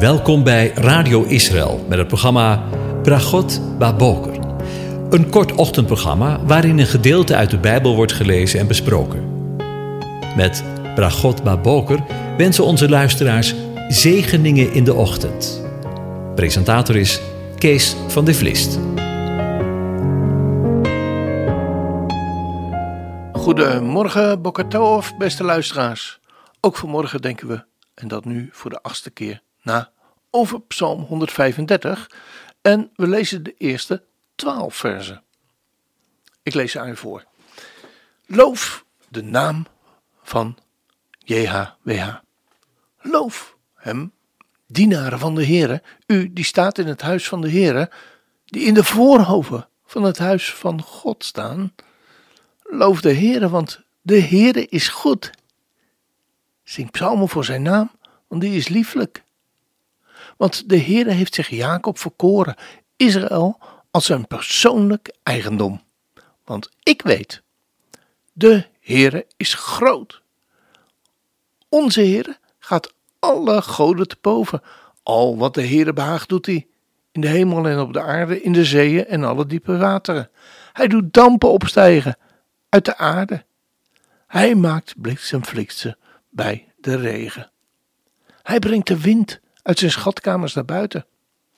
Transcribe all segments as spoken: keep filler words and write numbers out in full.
Welkom bij Radio Israël met het programma Bragot Baboker. Een kort ochtendprogramma waarin een gedeelte uit de Bijbel wordt gelezen en besproken. Met Bragot Baboker wensen onze luisteraars zegeningen in de ochtend. Presentator is Kees van de Vlist. Goedemorgen, Boker Tov, beste luisteraars. Ook vanmorgen denken we, en dat nu voor de achtste keer, na over Psalm honderdvijfendertig. En we lezen de eerste twaalf verzen. Ik lees ze aan u voor. Loof de naam van J H W H. Loof hem, dienaren van de Heere, u die staat in het huis van de Heere, die in de voorhoven van het huis van God staan. Loof de Heere, want de Heere is goed. Zing psalmen voor zijn naam, want die is lieflijk. Want de Heere heeft zich Jacob verkoren, Israël als zijn persoonlijk eigendom. Want ik weet, de Heere is groot. Onze Heere gaat alle goden te boven. Al wat de Heere behaagt doet hij, in de hemel en op de aarde, in de zeeën en alle diepe wateren. Hij doet dampen opstijgen uit de aarde. Hij maakt bliksemflitsen bij de regen. Hij brengt de wind uit zijn schatkamers naar buiten.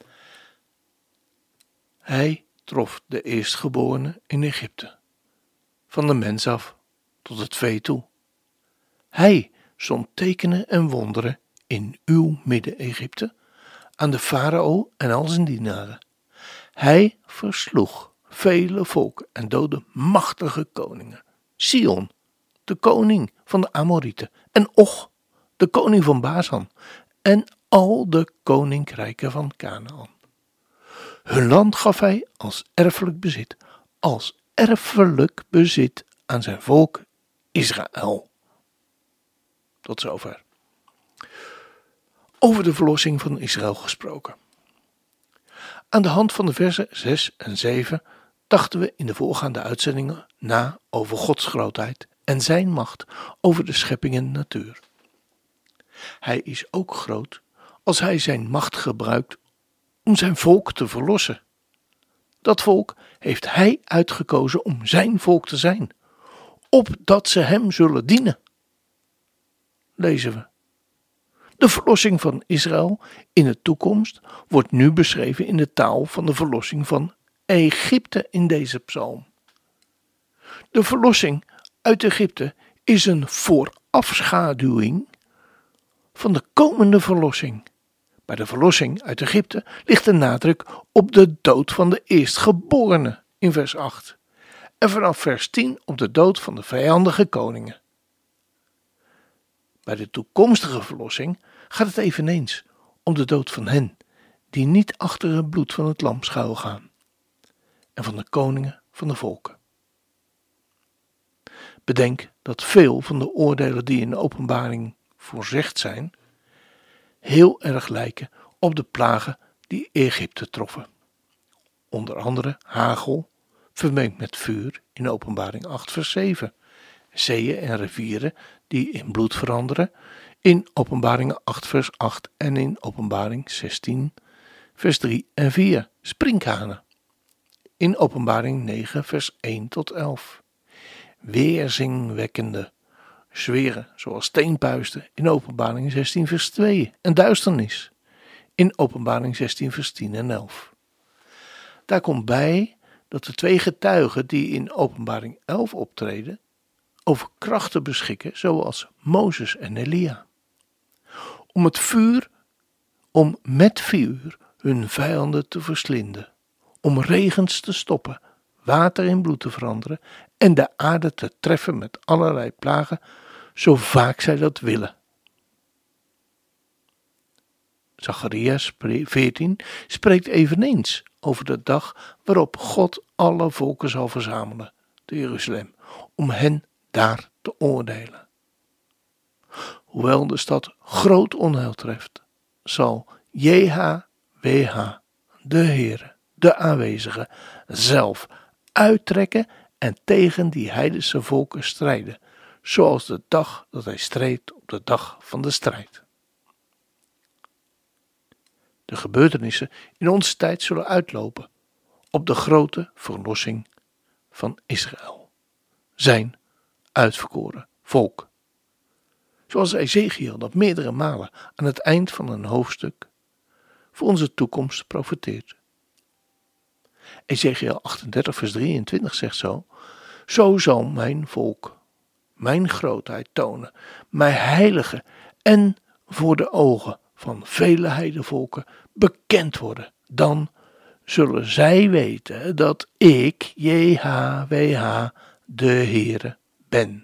Hij trof de eerstgeborene in Egypte, van de mens af tot het vee toe. Hij zond tekenen en wonderen in uw midden Egypte, aan de farao en al zijn dienaren. Hij versloeg vele volken en doodde machtige koningen. Sion, de koning van de Amorieten, en Och, de koning van Basan, en al de koninkrijken van Kanaan. Hun land gaf hij als erfelijk bezit, als erfelijk bezit aan zijn volk Israël. Tot zover. Over de verlossing van Israël gesproken. Aan de hand van de versen zes en zeven dachten we in de voorgaande uitzendingen na over Gods grootheid en zijn macht over de schepping en de natuur. Hij is ook groot als hij zijn macht gebruikt om zijn volk te verlossen. Dat volk heeft hij uitgekozen om zijn volk te zijn, opdat ze hem zullen dienen. Lezen we. De verlossing van Israël in de toekomst wordt nu beschreven in de taal van de verlossing van Egypte in deze psalm. De verlossing uit Egypte is een voorafschaduwing van de komende verlossing. Bij de verlossing uit Egypte ligt de nadruk op de dood van de eerstgeborene in vers acht. En vanaf vers tien op de dood van de vijandige koningen. Bij de toekomstige verlossing gaat het eveneens om de dood van hen die niet achter het bloed van het lam schuilgaan. En van de koningen van de volken. Bedenk dat veel van de oordelen die in de openbaring voorzegd zijn, heel erg lijken op de plagen die Egypte troffen. Onder andere hagel, vermengd met vuur in openbaring acht vers zeven. Zeeën en rivieren die in bloed veranderen in openbaring acht vers acht en in openbaring zestien vers drie en vier. Sprinkhanen in openbaring negen vers één tot elf. Weerzingwekkende zweren zoals steenpuisten in openbaring zestien vers twee en duisternis in openbaring zestien vers tien en elf. Daar komt bij dat de twee getuigen die in openbaring elf optreden over krachten beschikken zoals Mozes en Elia. Om het vuur, om met vuur hun vijanden te verslinden, om regens te stoppen, water in bloed te veranderen en de aarde te treffen met allerlei plagen, zo vaak zij dat willen. Zacharias veertien spreekt eveneens over de dag waarop God alle volken zal verzamelen, te Jeruzalem, om hen daar te oordelen. Hoewel de stad groot onheil treft, zal J H W H, de Heere, de aanwezige, zelf uittrekken en tegen die heidense volken strijden, zoals de dag dat hij streed op de dag van de strijd. de gebeurtenissen in onze tijd zullen uitlopen op de grote verlossing van Israël, zijn uitverkoren volk. Zoals Ezechiel dat meerdere malen aan het eind van een hoofdstuk voor onze toekomst profeteert. Ezechiel achtendertig vers drieëntwintig zegt zo: zo zal mijn volk mijn grootheid tonen, mijn heilige en voor de ogen van vele heidenvolken bekend worden. Dan zullen zij weten dat ik, J H W H, de Heere ben.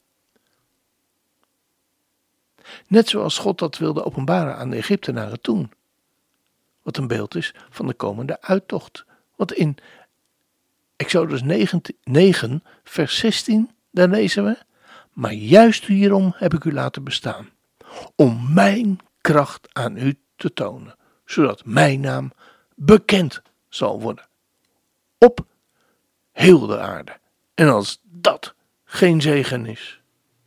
Net zoals God dat wilde openbaren aan de Egyptenaren toen. Wat een beeld is van de komende uittocht. Want in Exodus negen vers zestien, daar lezen we: maar juist hierom heb ik u laten bestaan, om mijn kracht aan u te tonen, zodat mijn naam bekend zal worden op heel de aarde. En als dat geen zegen is.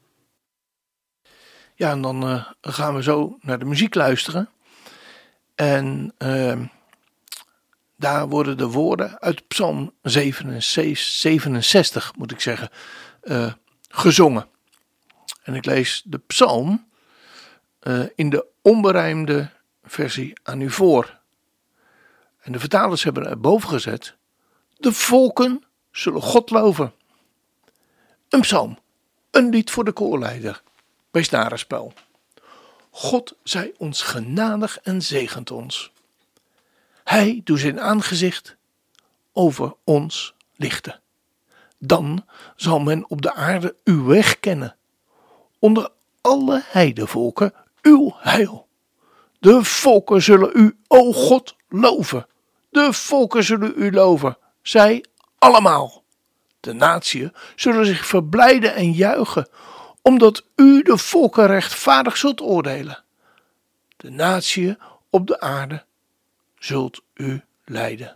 Ja, en dan uh, gaan we zo naar de muziek luisteren. En uh, daar worden de woorden uit Psalm zevenenzestig, moet ik zeggen, uh, gezongen. En ik lees de psalm uh, in de onberijmde versie aan u voor. En de vertalers hebben er boven gezet: de volken zullen God loven. Een psalm, een lied voor de koorleider bij snarenspel. God zij ons genadig en zegent ons. Hij doet zijn aangezicht over ons lichten. Dan zal men op de aarde uw weg kennen. Onder alle heidevolken uw heil. De volken zullen u, o God, loven. De volken zullen u loven, zij allemaal. De natieën zullen zich verblijden en juichen, omdat u de volken rechtvaardig zult oordelen. De natieën op de aarde zult u leiden.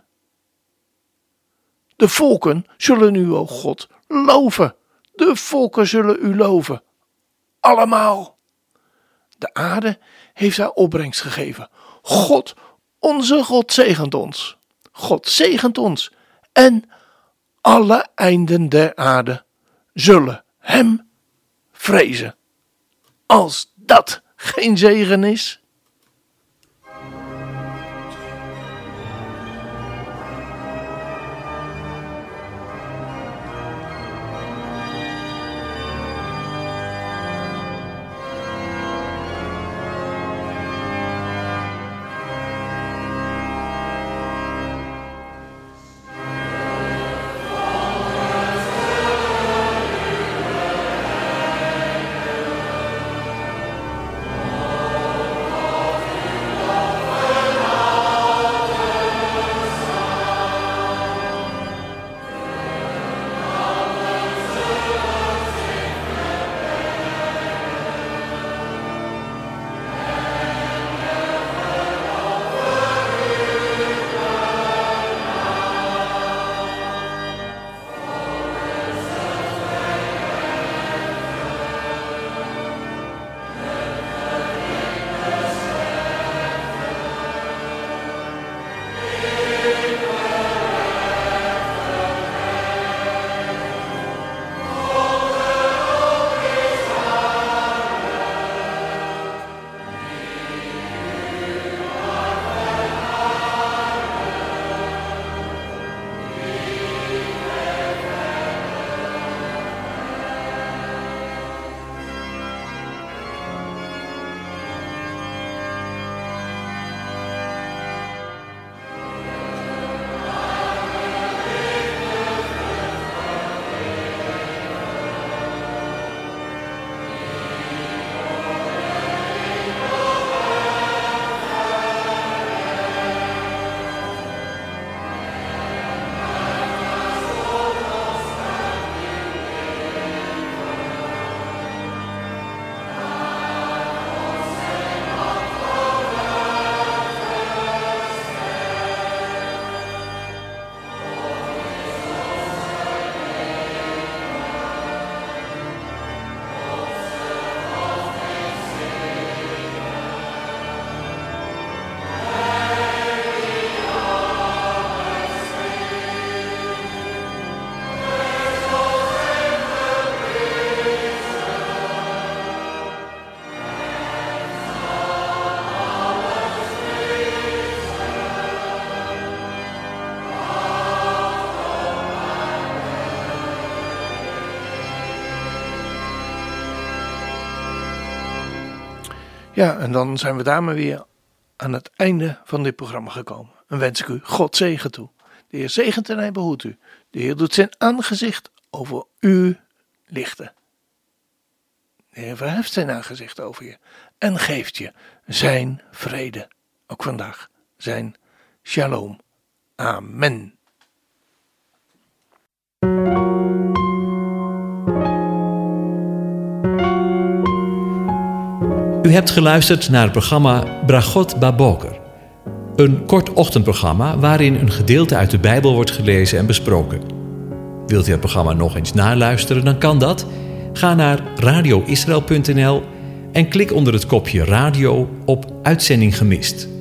De volken zullen u, o God, loven. De volken zullen u loven. Allemaal. De aarde heeft haar opbrengst gegeven. God, onze God, zegent ons. God zegent ons. En alle einden der aarde zullen hem vrezen. Als dat geen zegen is. Ja, en dan zijn we daarmee weer aan het einde van dit programma gekomen. En wens ik u God zegen toe. De Heer zegent en hij behoedt u. De Heer doet zijn aangezicht over u lichten. De Heer verheft zijn aangezicht over je en geeft je zijn vrede. Ook vandaag zijn shalom. Amen. U hebt geluisterd naar het programma Bragot Baboker. Een kort ochtendprogramma waarin een gedeelte uit de Bijbel wordt gelezen en besproken. Wilt u het programma nog eens naluisteren, dan kan dat. Ga naar radio israël punt n l en klik onder het kopje radio op Uitzending gemist.